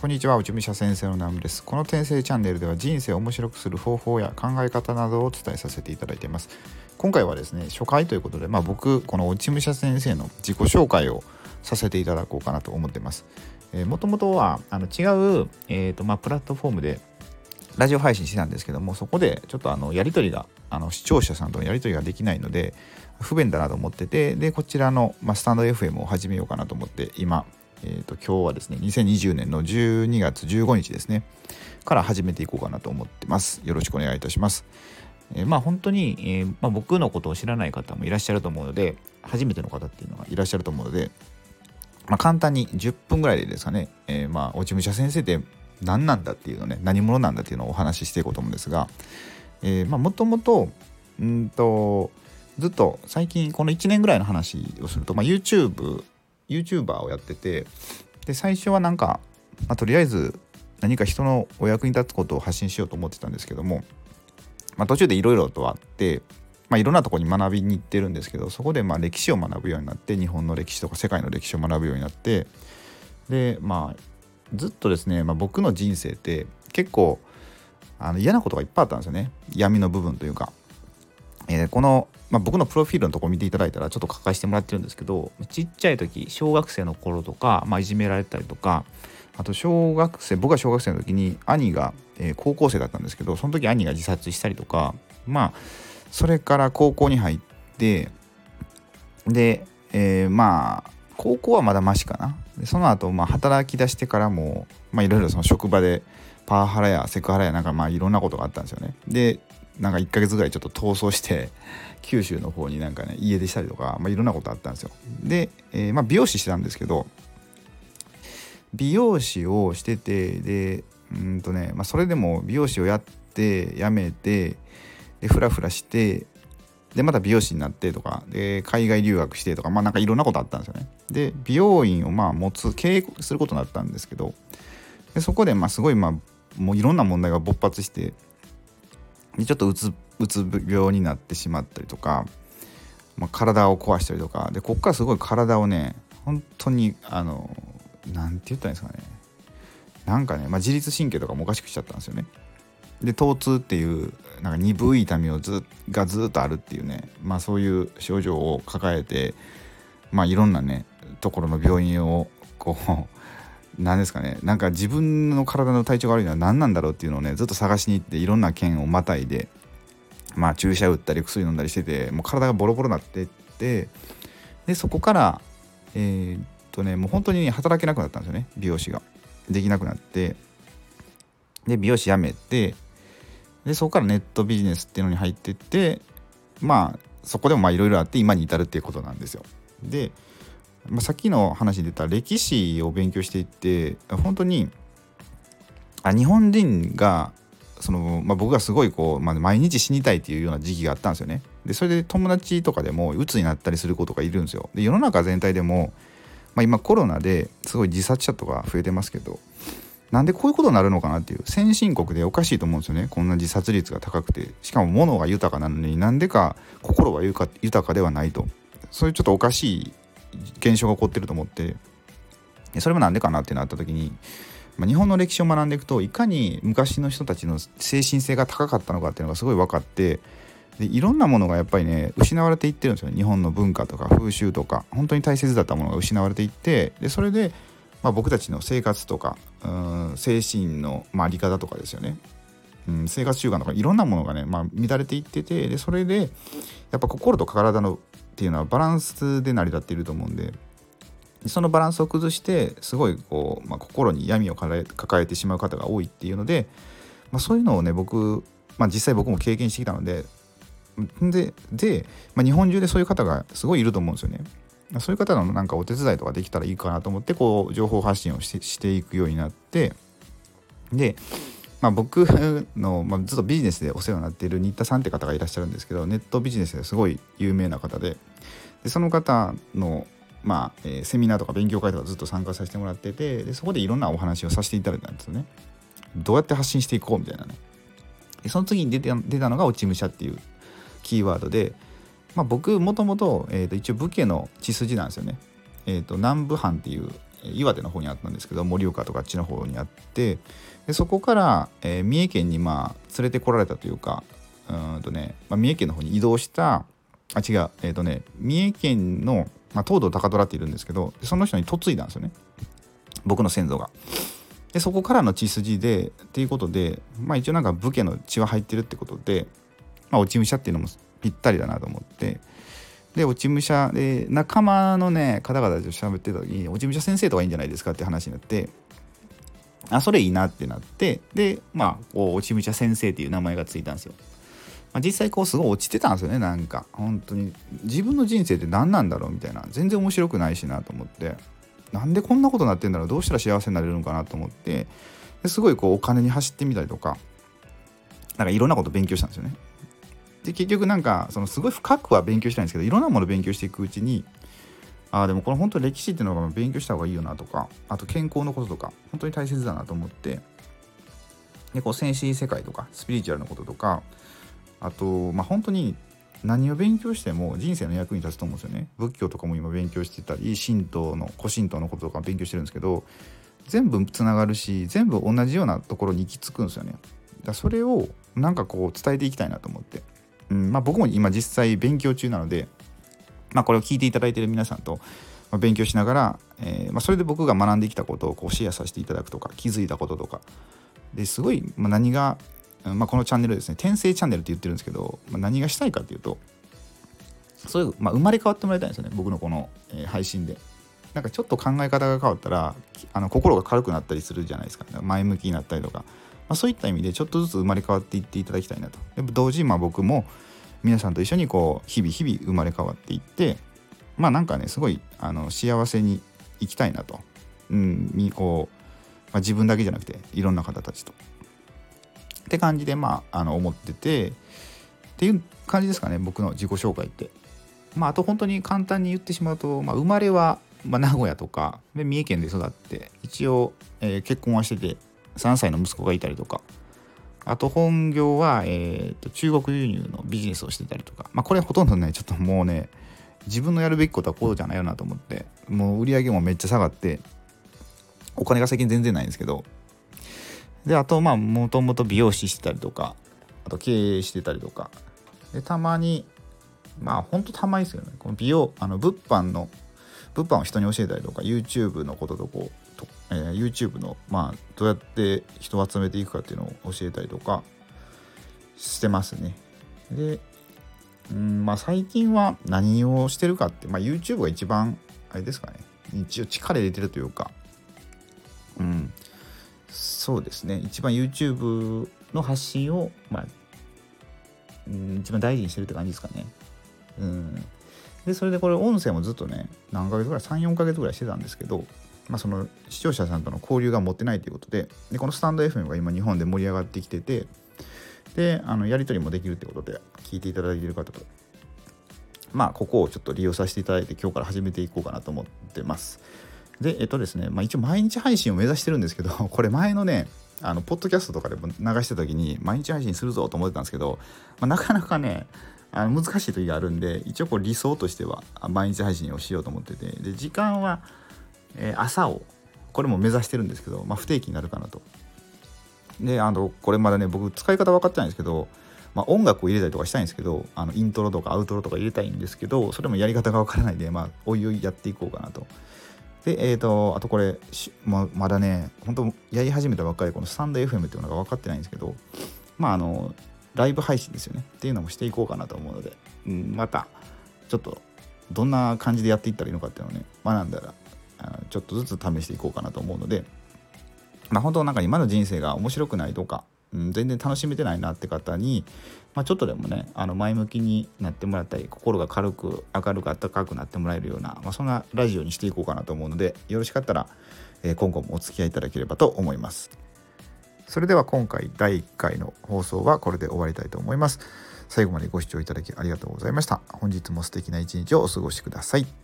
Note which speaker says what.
Speaker 1: こんにちは、内武者先生のナムです。この転生チャンネルでは人生を面白くする方法や考え方などをお伝えさせていただいています。今回はですね、初回ということで、僕、この内武者先生の自己紹介をさせていただこうかなと思っています。もともとは違う、プラットフォームでラジオ配信してたんですけども、そこでちょっとやり取りが視聴者さんとのやり取りができないので不便だなと思ってて、でこちらの、スタンド FM を始めようかなと思って今、今日はですね2020年の12月15日ですねから始めていこうかなと思ってます。よろしくお願いいたします。本当に、僕のことを知らない方もいらっしゃると思うので、初めての方っていうのがいらっしゃると思うので、簡単に10分ぐらいでですかね、落ち武者先生って何なんだっていうのね、何者なんだっていうのをお話ししていこうと思うんですが、もともとずっと最近この1年ぐらいの話をすると、YouTuber をやってて、で最初はとりあえず何か人のお役に立つことを発信しようと思ってたんですけども、途中でいろいろとあって、いろんなところに学びに行ってるんですけど、そこで歴史を学ぶようになって、日本の歴史とか世界の歴史を学ぶようになって、でずっとですね、僕の人生って結構嫌なことがいっぱいあったんですよね。闇の部分というか、この、僕のプロフィールのところ見ていただいたらちょっと書かせてもらってるんですけど、ちっちゃい時小学生の頃とか、いじめられたりとか、あと僕が小学生の時に兄が、高校生だったんですけど、その時兄が自殺したりとか、それから高校に入って、で、高校はまだマシかな。でその後働き出してからもいろいろその職場でパワハラやセクハラやいろんなことがあったんですよね。で1ヶ月ぐらいちょっと逃走して九州の方に家出したりとか、いろんなことあったんですよ。で、美容師してたんですけど、美容師をしてて、でそれでも美容師をやって辞めて、でフラフラして、でまた美容師になってとかで海外留学してとか、いろんなことあったんですよね。で美容院を経営することになったんですけど、でそこですごいもういろんな問題が勃発して、でちょっとうつ病になってしまったりとか、体を壊したりとかで、こっからすごい体をね本当になんて言ったらいいんですかね、自律神経とかもおかしくしちゃったんですよね。で疼痛っていう鈍い痛みがずっとあるっていうね、そういう症状を抱えて、いろんなねところの病院を何ですかね、自分の体の体調が悪いのは何なんだろうっていうのをねずっと探しに行って、いろんな県をまたいで、注射打ったり薬飲んだりしてて、もう体がボロボロになってって、でそこからもう本当に働けなくなったんですよね。美容師ができなくなって、で美容師辞めて、でそこからネットビジネスっていうのに入ってって、そこでもいろいろあって今に至るっていうことなんですよ。で、さっきの話で出た歴史を勉強していって、本当に日本人が僕がすごい毎日死にたいっていうような時期があったんですよね。でそれで友達とかでも鬱になったりする子とかいるんですよ。で世の中全体でも、今コロナですごい自殺者とか増えてますけど、なんでこういうことになるのかなっていう、先進国でおかしいと思うんですよね。こんな自殺率が高くて、しかも物が豊かなのになんでか心は豊かではないと、そういうちょっとおかしい現象が起こってると思って、それもなんでかなってなった時に、日本の歴史を学んでいくと、いかに昔の人たちの精神性が高かったのかっていうのがすごい分かって、でいろんなものがやっぱりね失われていってるんですよね。日本の文化とか風習とか本当に大切だったものが失われていって、でそれで僕たちの生活とか精神のあり方とかですよね、生活習慣とかいろんなものがね乱れていってて、でそれでやっぱ心と体のっていうのはバランスで成り立っていると思うんで、そのバランスを崩してすごい心に闇を抱えてしまう方が多いっていうので、そういうのをね実際僕も経験してきたので、日本中でそういう方がすごいいると思うんですよね。そういう方のお手伝いとかできたらいいかなと思って情報発信をしていくようになって、で、僕の、ずっとビジネスでお世話になっている新田さんって方がいらっしゃるんですけど、ネットビジネスですごい有名な方で、その方の、セミナーとか勉強会とかずっと参加させてもらってて、でそこでいろんなお話をさせていただいたんですよね。どうやって発信していこうみたいなね。でその次に出たのが落ち武者っていうキーワードで、僕もともと一応武家の血筋なんですよね。南部藩っていう、 岩手の方にあったんですけど、盛岡とかあっちの方にあって、でそこから、三重県に連れてこられたというか、三重県の方に移動した三重県の、東堂高虎っているんですけど、その人に嫁いだんですよね、僕の先祖が。でそこからの血筋でっていうことで、一応なんか武家の血は入ってるってことで、落ち武者っていうのもぴったりだなと思って、で落ち武者で仲間のね方々と喋ってた時に、落ち武者先生とかいいんじゃないですかって話になって、それいいなってなって、で落ち武者先生っていう名前がついたんですよ。実際すごい落ちてたんですよね。なんか本当に自分の人生って何なんだろうみたいな、全然面白くないしなと思って、なんでこんなことになってんだろう、どうしたら幸せになれるのかなと思って、ですごいお金に走ってみたりとか、なんかいろんなこと勉強したんですよね。で結局なんかすごい深くは勉強したいんですけど、いろんなものを勉強していくうちに、でもこれ本当に歴史っていうのが勉強した方がいいよなとか、あと健康のこととか本当に大切だなと思って、で先進世界とかスピリチュアルのこととか、あと本当に何を勉強しても人生の役に立つと思うんですよね。仏教とかも今勉強してたり、神道の古神道のこととか勉強してるんですけど、全部つながるし、全部同じようなところに行き着くんですよね。それをなんか伝えていきたいなと思って、僕も今実際勉強中なので、これを聞いていただいている皆さんと勉強しながら、それで僕が学んできたことをシェアさせていただくとか、気づいたこととかですごい、何がこのチャンネルですね、転生チャンネルって言ってるんですけど、何がしたいかっていうと、そういう、生まれ変わってもらいたいんですよね。僕のこの、配信でなんかちょっと考え方が変わったら心が軽くなったりするじゃないですか。前向きになったりとか、そういった意味でちょっとずつ生まれ変わっていっていただきたいなと。で同時に僕も皆さんと一緒に日々生まれ変わっていって、なんかねすごい幸せに生きたいなと、自分だけじゃなくていろんな方たちとって感じで思っててっていう感じですかね、僕の自己紹介って。あと本当に簡単に言ってしまうと、生まれは名古屋とかで三重県で育って、一応、結婚はしてて3歳の息子がいたりとか、あと本業は、中国輸入のビジネスをしてたりとか、これほとんどねちょっともうね自分のやるべきことはこうじゃないよなと思って、もう売り上げもめっちゃ下がってお金が最近全然ないんですけど、であともともと美容師してたりとか、あと経営してたりとかで、たまにほんとたまにですよね、この美容物販を人に教えたりとか、 YouTube のこととYouTube のどうやって人を集めていくかっていうのを教えたりとかしてますね。で最近は何をしてるかって、YouTube が一番あれですかね、一応力入れてるというか、そうですね、一番 YouTube の発信を一番大事にしてるって感じですかね。でそれでこれ音声もずっとね何ヶ月ぐらい 3,4 ヶ月ぐらいしてたんですけど、その視聴者さんとの交流が持ってないということで、このスタンド FM が今日本で盛り上がってきてて、でやり取りもできるということで聞いていただいている方とここをちょっと利用させていただいて、今日から始めていこうかなと思ってます。でですね、一応毎日配信を目指してるんですけど、これ前のねポッドキャストとかでも流してた時に毎日配信するぞと思ってたんですけど、なかなかね難しい時があるんで、一応理想としては毎日配信をしようと思ってて、で時間は、朝をこれも目指してるんですけど、不定期になるかなと。でこれまだね僕使い方分かってないんですけど、音楽を入れたりとかしたいんですけど、イントロとかアウトロとか入れたいんですけど、それもやり方が分からないんで、おいおいやっていこうかなと。であとこれまだね本当やり始めたばっかりこのスタンド FM っていうのが分かってないんですけど、ライブ配信ですよねっていうのもしていこうかなと思うので、またちょっとどんな感じでやっていったらいいのかっていうのをね学んだらちょっとずつ試していこうかなと思うので、本当なんか今の人生が面白くないとか、全然楽しめてないなって方に、ちょっとでもね前向きになってもらったり、心が軽く明るく温かくなってもらえるような、そんなラジオにしていこうかなと思うので、よろしかったら、今後もお付き合いいただければと思います。それでは今回第1回の放送はこれで終わりたいと思います。最後までご視聴いただきありがとうございました。本日も素敵な一日をお過ごしください。